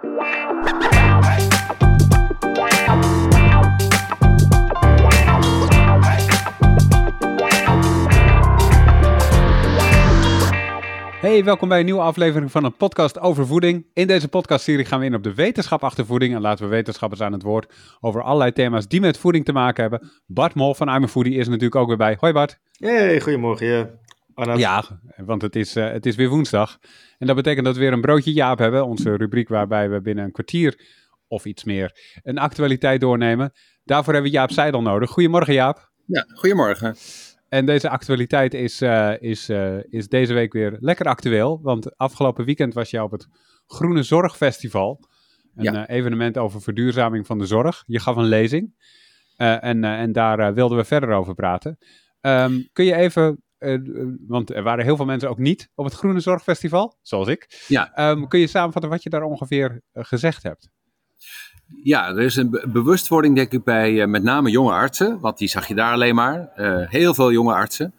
Hey, welkom bij een nieuwe aflevering van een podcast over voeding. In deze podcastserie gaan we in op de wetenschap achter voeding en laten we wetenschappers aan het woord over allerlei thema's die met voeding te maken hebben. Bart Mol van I'm a Foodie is er natuurlijk ook weer bij. Hoi Bart. Hey, goedemorgen. Ja, want het is weer woensdag. En dat betekent dat we weer een broodje Jaap hebben. Onze rubriek waarbij we binnen een kwartier of iets meer een actualiteit doornemen. Daarvoor hebben we Jaap Seidel nodig. Goedemorgen Jaap. Ja, goedemorgen. En deze actualiteit is deze week weer lekker actueel. Want afgelopen weekend was je op het Groene Zorgfestival. Een evenement over verduurzaming van de zorg. Je gaf een lezing. En daar wilden we verder over praten. Kun je even, want er waren heel veel mensen ook niet op het Groene Zorgfestival, zoals ik. Ja. Kun je samenvatten wat je daar ongeveer gezegd hebt? Ja, er is een bewustwording denk ik bij met name jonge artsen. Want die zag je daar alleen maar. Heel veel jonge artsen.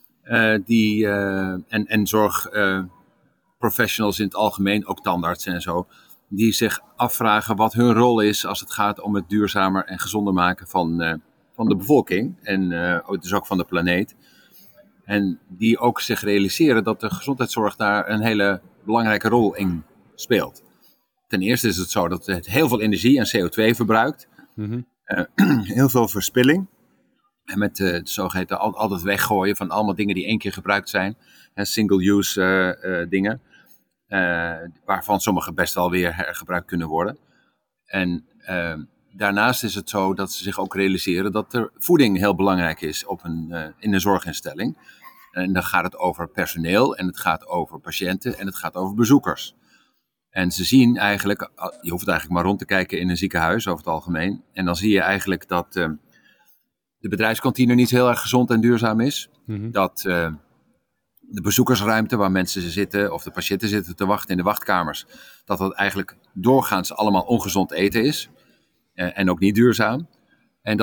En zorgprofessionals in het algemeen, ook tandartsen en zo. Die zich afvragen wat hun rol is als het gaat om het duurzamer en gezonder maken van de bevolking. En dus ook van de planeet. En die ook zich realiseren dat de gezondheidszorg daar een hele belangrijke rol in speelt. Ten eerste is het zo dat het heel veel energie en CO2 verbruikt. Mm-hmm. Heel veel verspilling. En met de zogeheten altijd weggooien van allemaal dingen die één keer gebruikt zijn. Single-use dingen. Waarvan sommige best wel weer hergebruikt kunnen worden. En daarnaast is het zo dat ze zich ook realiseren dat er voeding heel belangrijk is in een zorginstelling. En dan gaat het over personeel en het gaat over patiënten en het gaat over bezoekers. En ze zien eigenlijk, je hoeft eigenlijk maar rond te kijken in een ziekenhuis over het algemeen. En dan zie je eigenlijk dat de bedrijfskantine niet heel erg gezond en duurzaam is. Mm-hmm. Dat de bezoekersruimte waar mensen zitten of de patiënten zitten te wachten in de wachtkamers. Dat eigenlijk doorgaans allemaal ongezond eten is. En ook niet duurzaam. En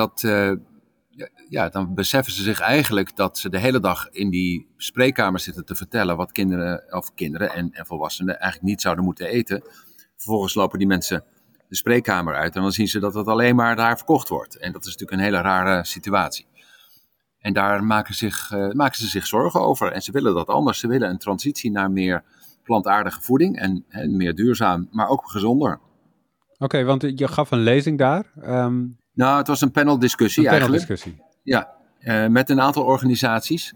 dan beseffen ze zich eigenlijk dat ze de hele dag in die spreekkamer zitten te vertellen wat kinderen en volwassenen eigenlijk niet zouden moeten eten. Vervolgens lopen die mensen de spreekkamer uit en dan zien ze dat het alleen maar daar verkocht wordt. En dat is natuurlijk een hele rare situatie. En daar maken ze zich zorgen over en ze willen dat anders. Ze willen een transitie naar meer plantaardige voeding en meer duurzaam, maar ook gezonder. Oké, want je gaf een lezing daar. Nou, het was een paneldiscussie eigenlijk. Ja, met een aantal organisaties,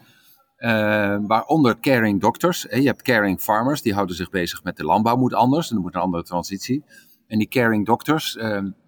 waaronder caring doctors. Je hebt caring farmers, die houden zich bezig met de landbouw moet anders. Er moet een andere transitie. En die caring doctors,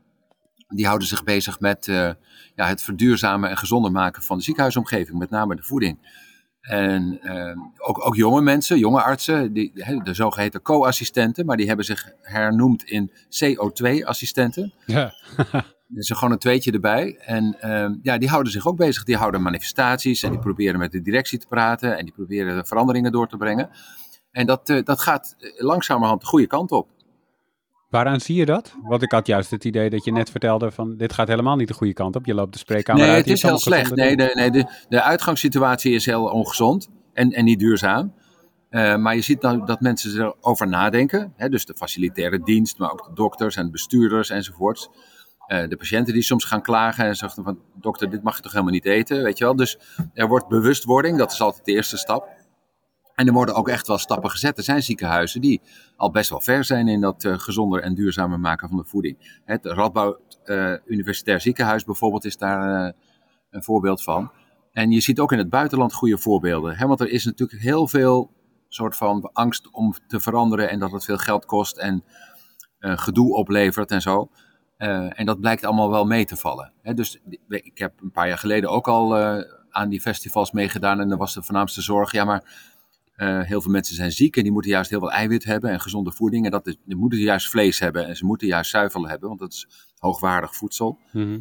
die houden zich bezig met het verduurzamen en gezonder maken van de ziekenhuisomgeving. Met name de voeding. En ook jonge mensen, jonge artsen, de zogeheten co-assistenten. Maar die hebben zich hernoemd in CO2-assistenten. Ja. Dus gewoon een tweetje erbij. En die houden zich ook bezig. Die houden manifestaties en die proberen met de directie te praten. En die proberen de veranderingen door te brengen. En dat gaat langzamerhand de goede kant op. Waaraan zie je dat? Want ik had juist het idee dat je net vertelde van dit gaat helemaal niet de goede kant op. Je loopt de spreekkamer uit. Nee, het is heel slecht. Nee, de uitgangssituatie is heel ongezond en niet duurzaam. Maar je ziet nou dat mensen erover nadenken. Dus de facilitaire dienst, maar ook de dokters en bestuurders enzovoorts. De patiënten die soms gaan klagen en zeggen van dokter, dit mag je toch helemaal niet eten, weet je wel. Dus er wordt bewustwording, dat is altijd de eerste stap. En er worden ook echt wel stappen gezet. Er zijn ziekenhuizen die al best wel ver zijn in dat gezonder en duurzamer maken van de voeding. Het Radboud Universitair Ziekenhuis bijvoorbeeld is daar een voorbeeld van. En je ziet ook in het buitenland goede voorbeelden. Want er is natuurlijk heel veel soort van angst om te veranderen en dat het veel geld kost en gedoe oplevert en zo. En dat blijkt allemaal wel mee te vallen. Dus ik heb een paar jaar geleden ook al aan die festivals meegedaan en dan was de voornaamste zorg, ja maar heel veel mensen zijn ziek en die moeten juist heel veel eiwit hebben en gezonde voeding. En die moeten juist vlees hebben en ze moeten juist zuivel hebben, want dat is hoogwaardig voedsel. Mm-hmm.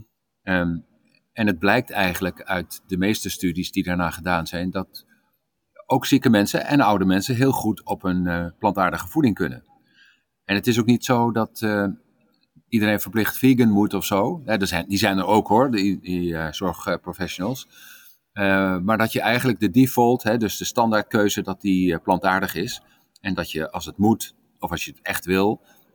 En het blijkt eigenlijk uit de meeste studies die daarna gedaan zijn, dat ook zieke mensen en oude mensen heel goed op een plantaardige voeding kunnen. En het is ook niet zo dat iedereen verplicht vegan moet of zo. Die zijn er ook hoor, die zorgprofessionals. Maar dat je eigenlijk de default, dus de standaardkeuze, dat die plantaardig is. En dat je als het moet, of als je het echt wil,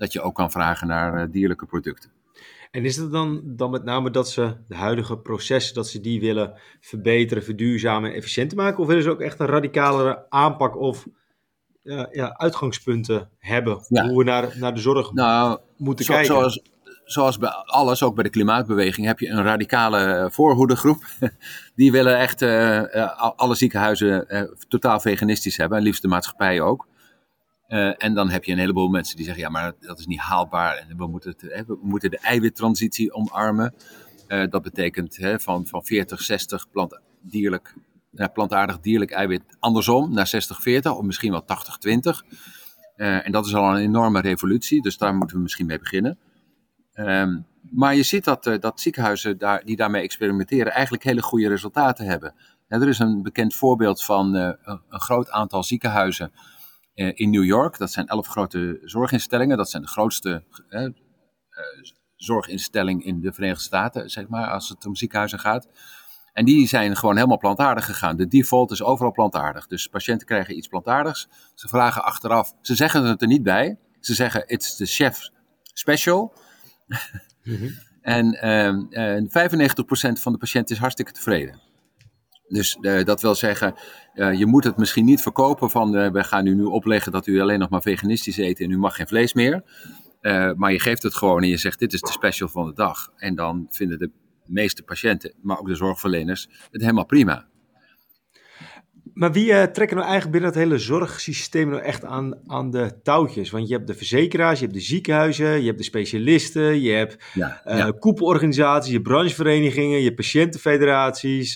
dat je ook kan vragen naar dierlijke producten. En is het dan met name dat ze de huidige processen, dat ze die willen verbeteren, verduurzamen en efficiënter maken? Of willen ze ook echt een radicalere aanpak of uitgangspunten hebben? Hoe we naar de zorg moeten kijken? Zoals bij alles, ook bij de klimaatbeweging, heb je een radicale voorhoedegroep. Die willen echt alle ziekenhuizen totaal veganistisch hebben. En liefst de maatschappij ook. En dan heb je een heleboel mensen die zeggen, ja, maar dat is niet haalbaar. En we moeten de eiwittransitie omarmen. Dat betekent van 40-60 plantaardig dierlijk eiwit andersom naar 60-40 of misschien wel 80-20. En dat is al een enorme revolutie, dus daar moeten we misschien mee beginnen. Maar je ziet dat ziekenhuizen die daarmee experimenteren eigenlijk hele goede resultaten hebben. Er is een bekend voorbeeld van een groot aantal ziekenhuizen in New York. Dat zijn 11 grote zorginstellingen. Dat zijn de grootste zorginstelling in de Verenigde Staten, zeg maar, als het om ziekenhuizen gaat. En die zijn gewoon helemaal plantaardig gegaan. De default is overal plantaardig. Dus patiënten krijgen iets plantaardigs. Ze vragen achteraf, ze zeggen het er niet bij. Ze zeggen, it's the chef special. Mm-hmm. En 95% van de patiënten is hartstikke tevreden. Dus dat wil zeggen, je moet het misschien niet verkopen van we gaan u nu opleggen dat u alleen nog maar veganistisch eet en u mag geen vlees meer. Maar je geeft het gewoon en je zegt dit is de special van de dag. En dan vinden de meeste patiënten, maar ook de zorgverleners, het helemaal prima. Maar wie trekken nou eigenlijk binnen het hele zorgsysteem nou echt aan de touwtjes? Want je hebt de verzekeraars, je hebt de ziekenhuizen, je hebt de specialisten, je hebt koepelorganisaties, je hebt brancheverenigingen, je hebt patiëntenfederaties.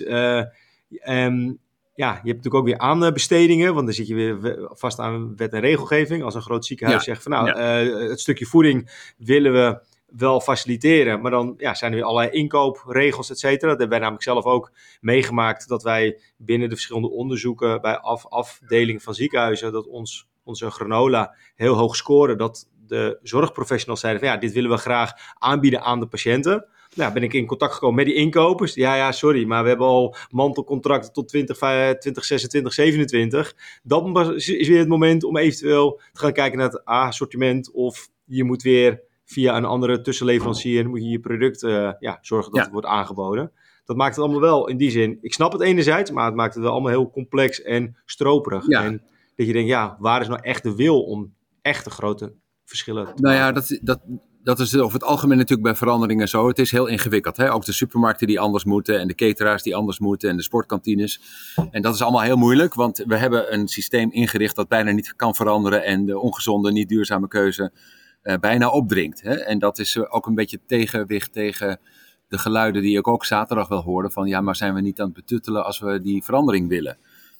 Je hebt natuurlijk ook weer aanbestedingen, want dan zit je weer vast aan wet en regelgeving. Als een groot ziekenhuis zegt van het stukje voeding willen we wel faciliteren, maar dan zijn er weer allerlei inkoopregels, et cetera. Dat hebben wij namelijk zelf ook meegemaakt, dat wij binnen de verschillende onderzoeken bij afdelingen van ziekenhuizen, dat onze granola heel hoog scoren, dat de zorgprofessionals zeiden van dit willen we graag aanbieden aan de patiënten. Nou, ben ik in contact gekomen met die inkopers. Ja, sorry, maar we hebben al mantelcontracten tot 2026, 2027. Dat is weer het moment om eventueel te gaan kijken naar het assortiment. Of je moet weer via een andere tussenleverancier moet je product zorgen dat het wordt aangeboden. Dat maakt het allemaal wel in die zin. Ik snap het enerzijds, maar het maakt het wel allemaal heel complex en stroperig. Ja. En dat je denkt, waar is nou echt de wil om echte grote verschillen te maken? Dat is over het algemeen natuurlijk bij veranderingen zo. Het is heel ingewikkeld. Hè? Ook de supermarkten die anders moeten en de cateraars die anders moeten en de sportkantines. En dat is allemaal heel moeilijk, want we hebben een systeem ingericht dat bijna niet kan veranderen en de ongezonde, niet duurzame keuze bijna opdringt. Hè? En dat is ook een beetje tegenwicht tegen de geluiden die ik ook zaterdag wel hoorde van maar zijn we niet aan het betuttelen als we die verandering willen?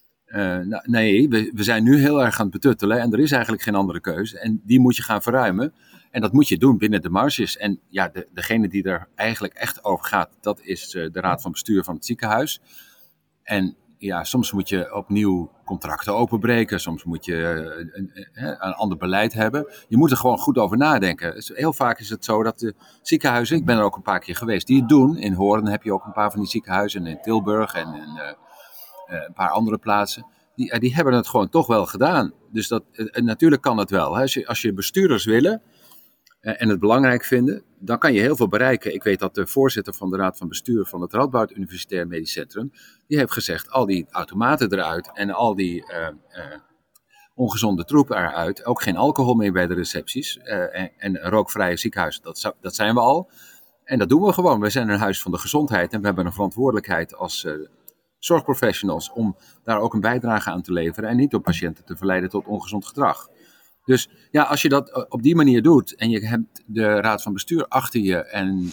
Nee, we zijn nu heel erg aan het betuttelen en er is eigenlijk geen andere keuze. En die moet je gaan verruimen. En dat moet je doen binnen de marges. En degene die er eigenlijk echt over gaat, dat is de raad van bestuur van het ziekenhuis. En soms moet je opnieuw contracten openbreken. Soms moet je een ander beleid hebben. Je moet er gewoon goed over nadenken. Heel vaak is het zo dat de ziekenhuizen, ik ben er ook een paar keer geweest, die het doen. In Hoorn heb je ook een paar van die ziekenhuizen. In Tilburg en een paar andere plaatsen. Die hebben het gewoon toch wel gedaan. Dus natuurlijk kan het wel. Hè. Als je bestuurders willen en het belangrijk vinden, dan kan je heel veel bereiken. Ik weet dat de voorzitter van de raad van bestuur van het Radboud Universitair Medisch Centrum, die heeft gezegd, al die automaten eruit en al die ongezonde troep eruit, ook geen alcohol meer bij de recepties en rookvrije ziekenhuizen, dat zijn we al. En dat doen we gewoon. We zijn een huis van de gezondheid en we hebben een verantwoordelijkheid als zorgprofessionals om daar ook een bijdrage aan te leveren en niet door patiënten te verleiden tot ongezond gedrag. Dus als je dat op die manier doet en je hebt de raad van bestuur achter je en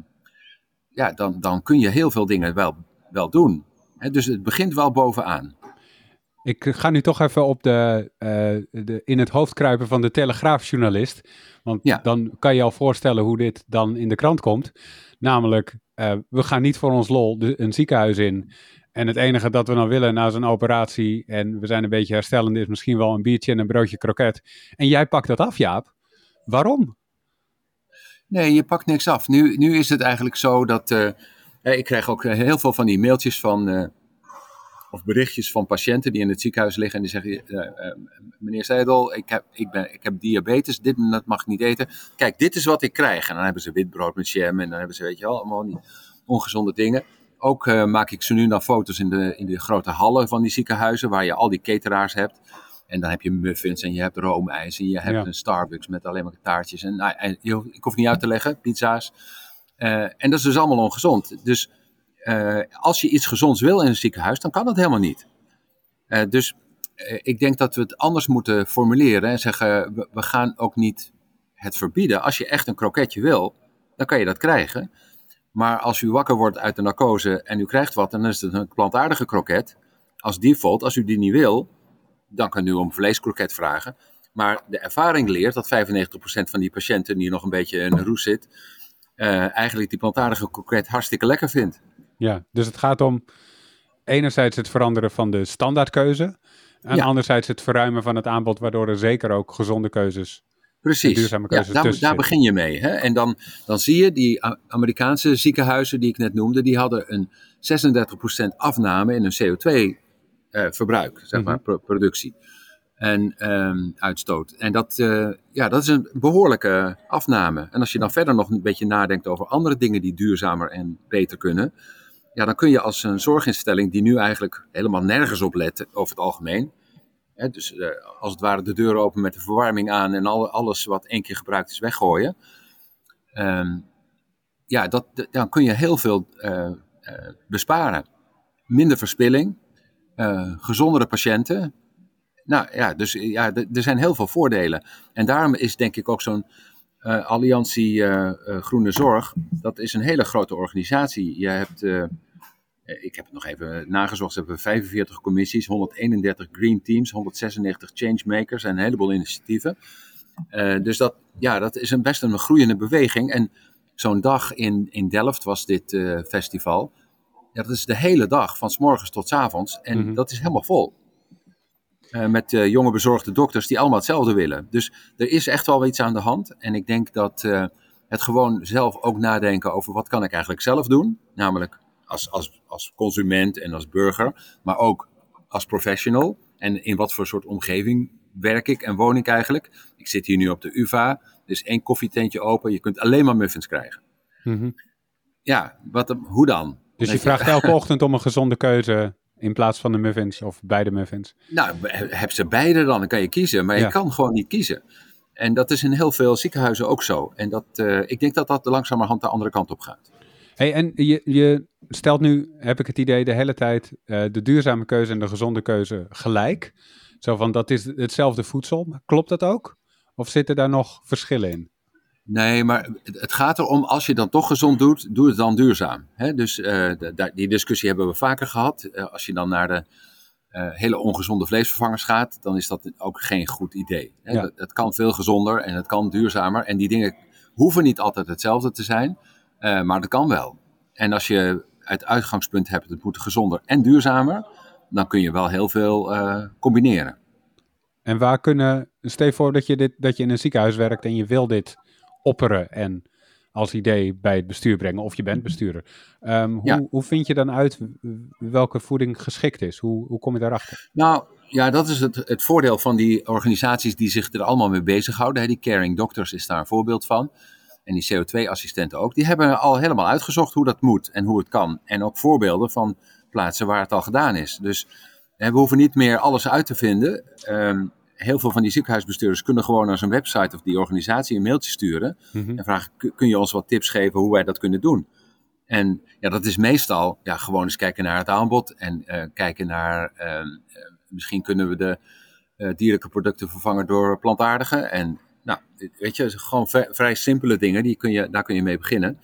dan kun je heel veel dingen wel doen. Dus het begint wel bovenaan. Ik ga nu toch even op in het hoofd kruipen van de Telegraafjournalist. Want dan kan je al voorstellen hoe dit dan in de krant komt. Namelijk, we gaan niet voor ons lol een ziekenhuis in. En het enige dat we dan willen na zo'n operatie, en we zijn een beetje herstellend, is misschien wel een biertje en een broodje kroket. En jij pakt dat af, Jaap. Waarom? Nee, je pakt niks af. Nu is het eigenlijk zo dat ik krijg ook heel veel van die mailtjes van of berichtjes van patiënten die in het ziekenhuis liggen en die zeggen, meneer Seidel, ik heb diabetes, dit en dat mag ik niet eten. Kijk, dit is wat ik krijg. En dan hebben ze witbrood met jam en dan hebben ze, weet je wel, allemaal die ongezonde dingen. Ook maak ik zo nu dan foto's in de grote hallen van die ziekenhuizen, waar je al die cateraars hebt. En dan heb je muffins en je hebt roomijs en je hebt een Starbucks met alleen maar taartjes. En ik hoef niet uit te leggen, pizza's. En dat is dus allemaal ongezond. Dus als je iets gezonds wil in een ziekenhuis, dan kan dat helemaal niet. Dus ik denk dat we het anders moeten formuleren en zeggen, we gaan ook niet het verbieden. Als je echt een kroketje wil, dan kan je dat krijgen. Maar als u wakker wordt uit de narcose en u krijgt wat, dan is het een plantaardige kroket. Als default, als u die niet wil, dan kan u om vleeskroket vragen. Maar de ervaring leert dat 95% van die patiënten die nog een beetje in een roes zit, eigenlijk die plantaardige kroket hartstikke lekker vindt. Ja, dus het gaat om enerzijds het veranderen van de standaardkeuze en anderzijds het verruimen van het aanbod, waardoor er zeker ook gezonde keuzes, duurzame keuzes daar begin je mee. Hè? En dan zie je die Amerikaanse ziekenhuizen die ik net noemde, die hadden een 36% afname in hun CO2-verbruik, zeg maar, productie en uitstoot. En dat is een behoorlijke afname. En als je dan verder nog een beetje nadenkt over andere dingen die duurzamer en beter kunnen, ja, dan kun je als een zorginstelling die nu eigenlijk helemaal nergens op let over het algemeen, hè, dus als het ware de deur open met de verwarming aan en alles wat 1 keer gebruikt is weggooien, dan kun je heel veel besparen. Minder verspilling, gezondere patiënten. Nou ja, dus ja, er zijn heel veel voordelen. En daarom is denk ik ook zo'n Alliantie Groene Zorg, dat is een hele grote organisatie. Je hebt, ik heb het nog even nagezocht, ze hebben 45 commissies, 131 green teams, 196 changemakers en een heleboel initiatieven. Dus dat is best een groeiende beweging. En zo'n dag in Delft was dit festival. Ja, dat is de hele dag, van 's morgens tot 's avonds. En dat is helemaal vol. Met jonge bezorgde dokters die allemaal hetzelfde willen. Dus er is echt wel iets aan de hand. En ik denk dat het gewoon zelf ook nadenken over wat kan ik eigenlijk zelf doen. Namelijk als consument en als burger. Maar ook als professional. En in wat voor soort omgeving werk ik en woon ik eigenlijk. Ik zit hier nu op de UvA. Er is 1 koffietentje open. Je kunt alleen maar muffins krijgen. Ja, hoe dan? Dus je vraagt elke ochtend om een gezonde keuze in plaats van de muffins of beide muffins? Nou, heb ze beide dan kan je kiezen. Maar je kan gewoon niet kiezen. En dat is in heel veel ziekenhuizen ook zo. En ik denk dat dat langzamerhand de andere kant op gaat. Hey, en je stelt nu, heb ik het idee, de hele tijd de duurzame keuze en de gezonde keuze gelijk. Zo van, dat is hetzelfde voedsel. Klopt dat ook? Of zitten daar nog verschillen in? Nee, maar het gaat erom, als je dan toch gezond doet, doe het dan duurzaam. Hè? Dus die discussie hebben we vaker gehad. Als je dan naar de hele ongezonde vleesvervangers gaat, dan is dat ook geen goed idee. Hè? Ja. Het kan veel gezonder en het kan duurzamer. En die dingen hoeven niet altijd hetzelfde te zijn, maar dat kan wel. En als je het uitgangspunt hebt, het moet gezonder en duurzamer, dan kun je wel heel veel combineren. En stel je voor dat je in een ziekenhuis werkt en je wil dit opperen en als idee bij het bestuur brengen, of je bent bestuurder. Hoe vind je dan uit welke voeding geschikt is? Hoe kom je daarachter? Nou, ja, dat is het voordeel van die organisaties die zich er allemaal mee bezighouden. Hè. Die Caring Doctors is daar een voorbeeld van. En die CO2-assistenten ook. Die hebben al helemaal uitgezocht hoe dat moet en hoe het kan. En ook voorbeelden van plaatsen waar het al gedaan is. Dus we hoeven niet meer alles uit te vinden. Heel veel van die ziekenhuisbestuurders kunnen gewoon naar zo'n website of die organisatie een mailtje sturen. En vragen, kun je ons wat tips geven hoe wij dat kunnen doen? En ja, dat is meestal gewoon eens kijken naar het aanbod. En kijken naar, misschien kunnen we de dierlijke producten vervangen door plantaardige. En nou, weet je, gewoon vrij simpele dingen, daar kun je mee beginnen.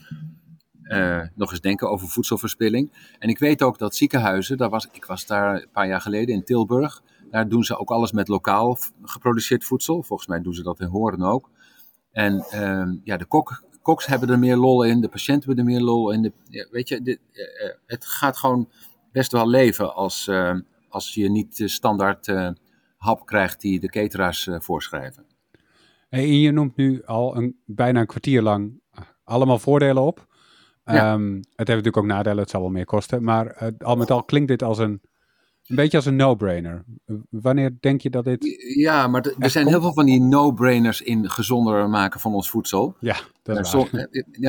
Nog eens denken over voedselverspilling. En ik weet ook dat ziekenhuizen, ik was daar een paar jaar geleden in Tilburg. Daar doen ze ook alles met lokaal geproduceerd voedsel. Volgens mij doen ze dat in Hoorn ook. En de koks hebben er meer lol in, de patiënten hebben er meer lol in. Weet je, het gaat gewoon best wel leven als je niet de standaard hap krijgt die de cateraars voorschrijven. Hey, en je noemt nu al bijna een kwartier lang allemaal voordelen op. Het heeft natuurlijk ook nadelen, het zal wel meer kosten. Maar al met al klinkt dit als Een beetje als een no-brainer. Wanneer denk je dat dit... Ja, maar er zijn heel veel van die no-brainers in gezonder maken van ons voedsel. Ja, dat is waar.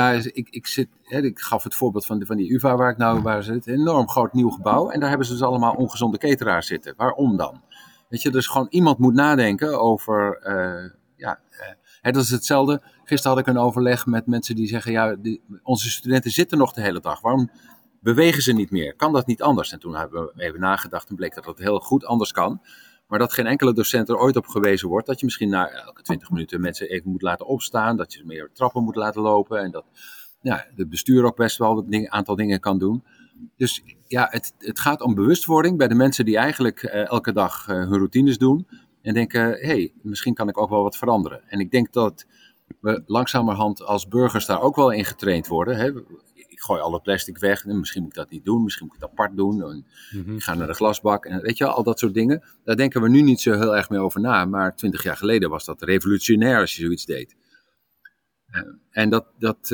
Ik gaf het voorbeeld van die UvA waar zit. Een enorm groot nieuw gebouw. En daar hebben ze dus allemaal ongezonde cateraars zitten. Waarom dan? Weet je, dus gewoon iemand moet nadenken over... dat is hetzelfde. Gisteren had ik een overleg met mensen die zeggen... onze studenten zitten nog de hele dag. Waarom bewegen ze niet meer? Kan dat niet anders? En toen hebben we even nagedacht en bleek dat het heel goed anders kan. Maar dat geen enkele docent er ooit op gewezen wordt. Dat je misschien na elke 20 minuten mensen even moet laten opstaan. Dat je meer trappen moet laten lopen. En dat het bestuur ook best wel een aantal dingen kan doen. Dus ja, het gaat om bewustwording bij de mensen die eigenlijk elke dag hun routines doen. En denken, misschien kan ik ook wel wat veranderen. En ik denk dat we langzamerhand als burgers daar ook wel in getraind worden. Hè. Ik gooi alle plastic weg. En misschien moet ik dat niet doen. Misschien moet ik het apart doen. En ik ga naar de glasbak. En weet je wel, al dat soort dingen. Daar denken we nu niet zo heel erg mee over na. Maar 20 jaar geleden was dat revolutionair als je zoiets deed. En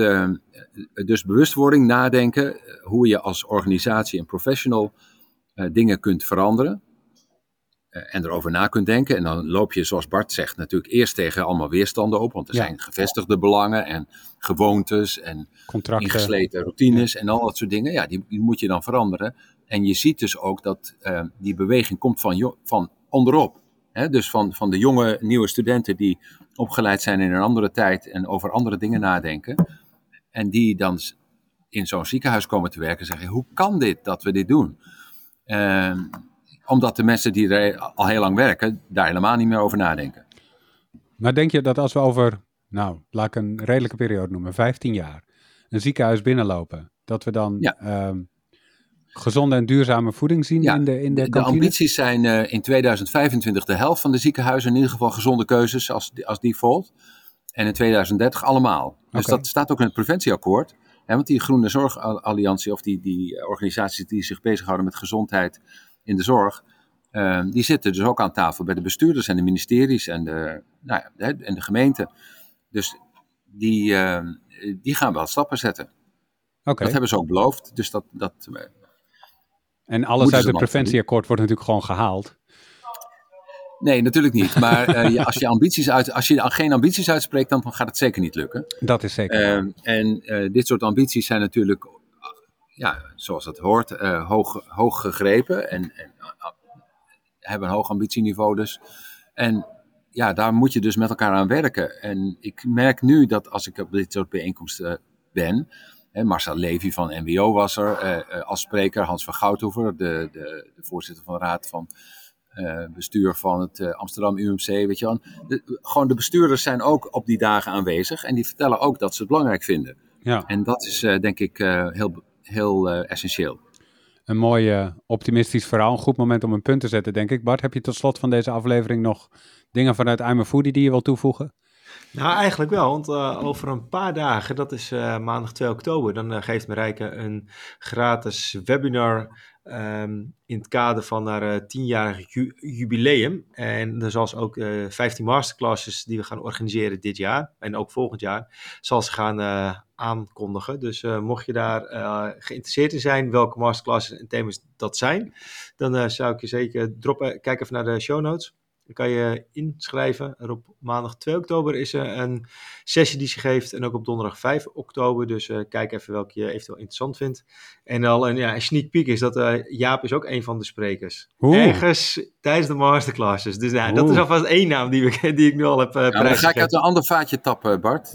dus bewustwording, nadenken. Hoe je als organisatie en professional dingen kunt veranderen. En erover na kunt denken. En dan loop je, zoals Bart zegt, natuurlijk eerst tegen allemaal weerstanden op. Want er zijn gevestigde belangen en gewoontes en contracten, ingesleten routines en al dat soort dingen. Ja, die moet je dan veranderen. En je ziet dus ook dat die beweging komt van onderop. Hè? Dus van de jonge, nieuwe studenten die opgeleid zijn in een andere tijd en over andere dingen nadenken. En die dan in zo'n ziekenhuis komen te werken en zeggen, hoe kan dit dat we dit doen? Omdat de mensen die er al heel lang werken, daar helemaal niet meer over nadenken. Maar denk je dat als we over, laat ik een redelijke periode noemen, 15 jaar, een ziekenhuis binnenlopen, dat we dan gezonde en duurzame voeding zien in de kantine? De ambities zijn in 2025 de helft van de ziekenhuizen in ieder geval gezonde keuzes als default. En in 2030 allemaal. Dus dat staat ook in het preventieakkoord. Hè, want die Groene Zorgalliantie of die organisaties die zich bezighouden met gezondheid in de zorg, die zitten dus ook aan tafel bij de bestuurders en de ministeries en de gemeente. Dus die gaan wel stappen zetten. Dat hebben ze ook beloofd. Dus en alles uit het preventieakkoord wordt natuurlijk gewoon gehaald. Nee, natuurlijk niet. Maar als je geen ambities uitspreekt, dan gaat het zeker niet lukken. Dat is zeker. En dit soort ambities zijn natuurlijk, zoals het hoort, hoog gegrepen en hebben een hoog ambitieniveau dus. En daar moet je dus met elkaar aan werken. En ik merk nu dat als ik op dit soort bijeenkomsten ben, Marcel Levy van NWO was er als spreker, Hans van Goudhoever, de voorzitter van de raad van bestuur van het Amsterdam UMC, weet je wel. Gewoon de bestuurders zijn ook op die dagen aanwezig en die vertellen ook dat ze het belangrijk vinden. Ja. En dat is denk ik heel essentieel. Een mooi optimistisch verhaal, een goed moment om een punt te zetten, denk ik. Bart, heb je tot slot van deze aflevering nog dingen vanuit I'm a Foodie die je wil toevoegen? Nou, eigenlijk wel, want over een paar dagen, dat is maandag 2 oktober, dan geeft Marijke een gratis webinar in het kader van haar 10-jarig jubileum. En er zal ze ook 15 masterclasses die we gaan organiseren dit jaar en ook volgend jaar, zal ze gaan aankondigen. Dus mocht je daar geïnteresseerd in zijn, welke masterclasses en thema's dat zijn, dan zou ik je zeker droppen. Kijk even naar de show notes. Dan kan je inschrijven. En op maandag 2 oktober is er een sessie die ze geeft. En ook op donderdag 5 oktober. Dus kijk even welke je eventueel interessant vindt. En al een sneak peek is dat Jaap is ook een van de sprekers. Ergens tijdens de masterclasses. Dus dat is alvast één naam die ik nu al heb prijsgegeven. Dan ga ik uit een ander vaatje tappen, Bart.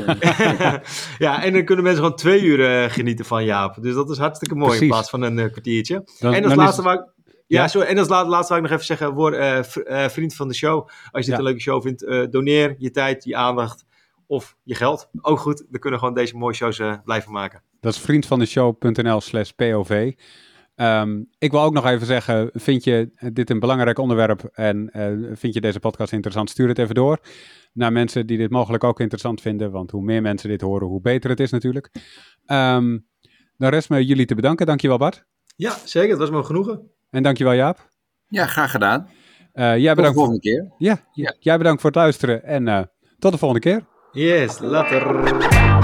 Ja, en dan kunnen mensen gewoon 2 uur genieten van Jaap. Dus dat is hartstikke mooi. Precies. In plaats van een kwartiertje. En als laatste waar ik... en als laatste wil ik nog even zeggen, word vriend van de show. Als je dit een leuke show vindt, doneer je tijd, je aandacht of je geld. Ook goed, dan kunnen we gewoon deze mooie shows blijven maken. Dat is vriendvandeshow.nl/POV. Ik wil ook nog even zeggen, vind je dit een belangrijk onderwerp en vind je deze podcast interessant, stuur het even door naar mensen die dit mogelijk ook interessant vinden. Want hoe meer mensen dit horen, hoe beter het is natuurlijk. Dan rest me jullie te bedanken. Dankjewel Bart. Ja, zeker. Het was me een genoegen. En dankjewel Jaap. Ja, graag gedaan. Jij bedankt tot de volgende keer. Jij bedankt voor het luisteren en tot de volgende keer. Yes, later.